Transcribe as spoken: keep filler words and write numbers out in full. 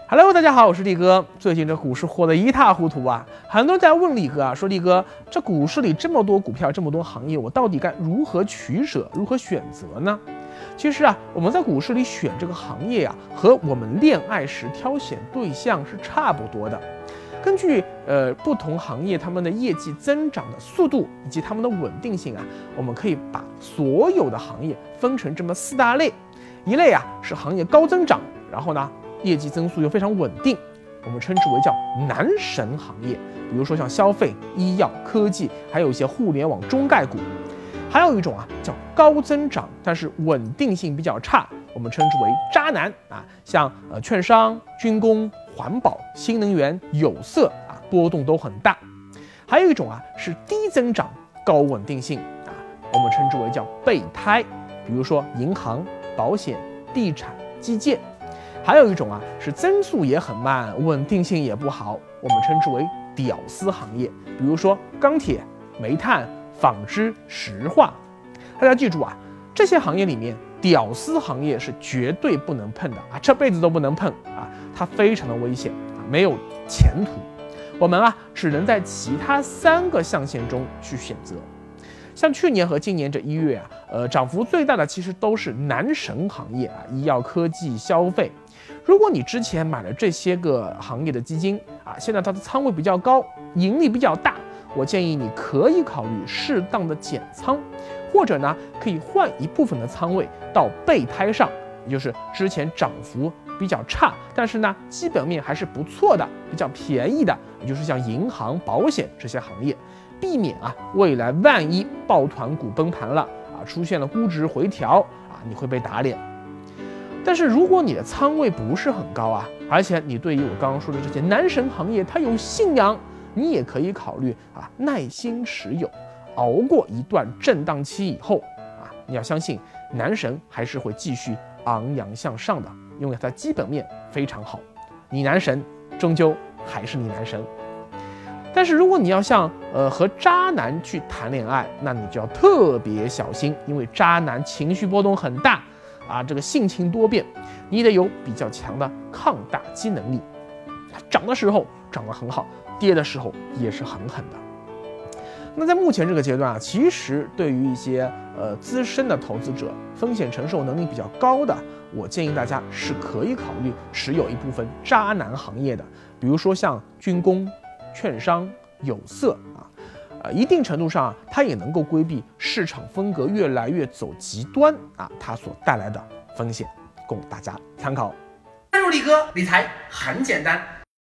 Hello， 大家好，我是力哥。最近这股市火得一塌糊涂啊，很多人在问力哥啊，说力哥，这股市里这么多股票，这么多行业，我到底该如何取舍，如何选择呢？其实啊，我们在股市里选这个行业啊，和我们恋爱时挑选对象是差不多的。根据呃不同行业他们的业绩增长的速度以及他们的稳定性啊，我们可以把所有的行业分成这么四大类。一类啊是行业高增长，然后呢业绩增速又非常稳定，我们称之为叫男神行业，比如说像消费、医药、科技，还有一些互联网中概股。还有一种啊叫高增长，但是稳定性比较差，我们称之为渣男啊，像呃券商、军工、环保、新能源、有色啊，波动都很大。还有一种啊是低增长高稳定性啊，我们称之为叫备胎，比如说银行、保险、地产、基建。还有一种啊是增速也很慢，稳定性也不好，我们称之为屌丝行业，比如说钢铁、煤炭、纺织、石化。大家记住啊，这些行业里面，屌丝行业是绝对不能碰的啊，这辈子都不能碰啊，它非常的危险啊，没有前途。我们啊只能在其他三个象限中去选择。像去年和今年这一月啊，呃，涨幅最大的其实都是男神行业啊，医药、科技、消费。如果你之前买了这些个行业的基金啊，现在它的仓位比较高，盈利比较大，我建议你可以考虑适当的减仓，或者呢，可以换一部分的仓位到备胎上，也就是之前涨幅比较差，但是呢，基本面还是不错的，比较便宜的，也就是像银行、保险这些行业。避免啊，未来万一抱团股崩盘了啊，出现了估值回调啊，你会被打脸。但是如果你的仓位不是很高啊，而且你对于我刚刚说的这些男神行业它有信仰，你也可以考虑啊，耐心持有，熬过一段震荡期以后啊，你要相信男神还是会继续昂扬向上的，因为它基本面非常好。你男神终究还是你男神。但是如果你要像呃和渣男去谈恋爱，那你就要特别小心，因为渣男情绪波动很大啊，这个性情多变，你得有比较强的抗打击能力。涨的时候涨得很好，跌的时候也是很狠的。那在目前这个阶段啊，其实对于一些呃资深的投资者，风险承受能力比较高的，我建议大家是可以考虑持有一部分渣男行业的，比如说像军工、券商、有色啊，呃，一定程度上啊，它也能够规避市场风格越来越走极端啊，它所带来的风险，供大家参考。加入力哥，理财很简单。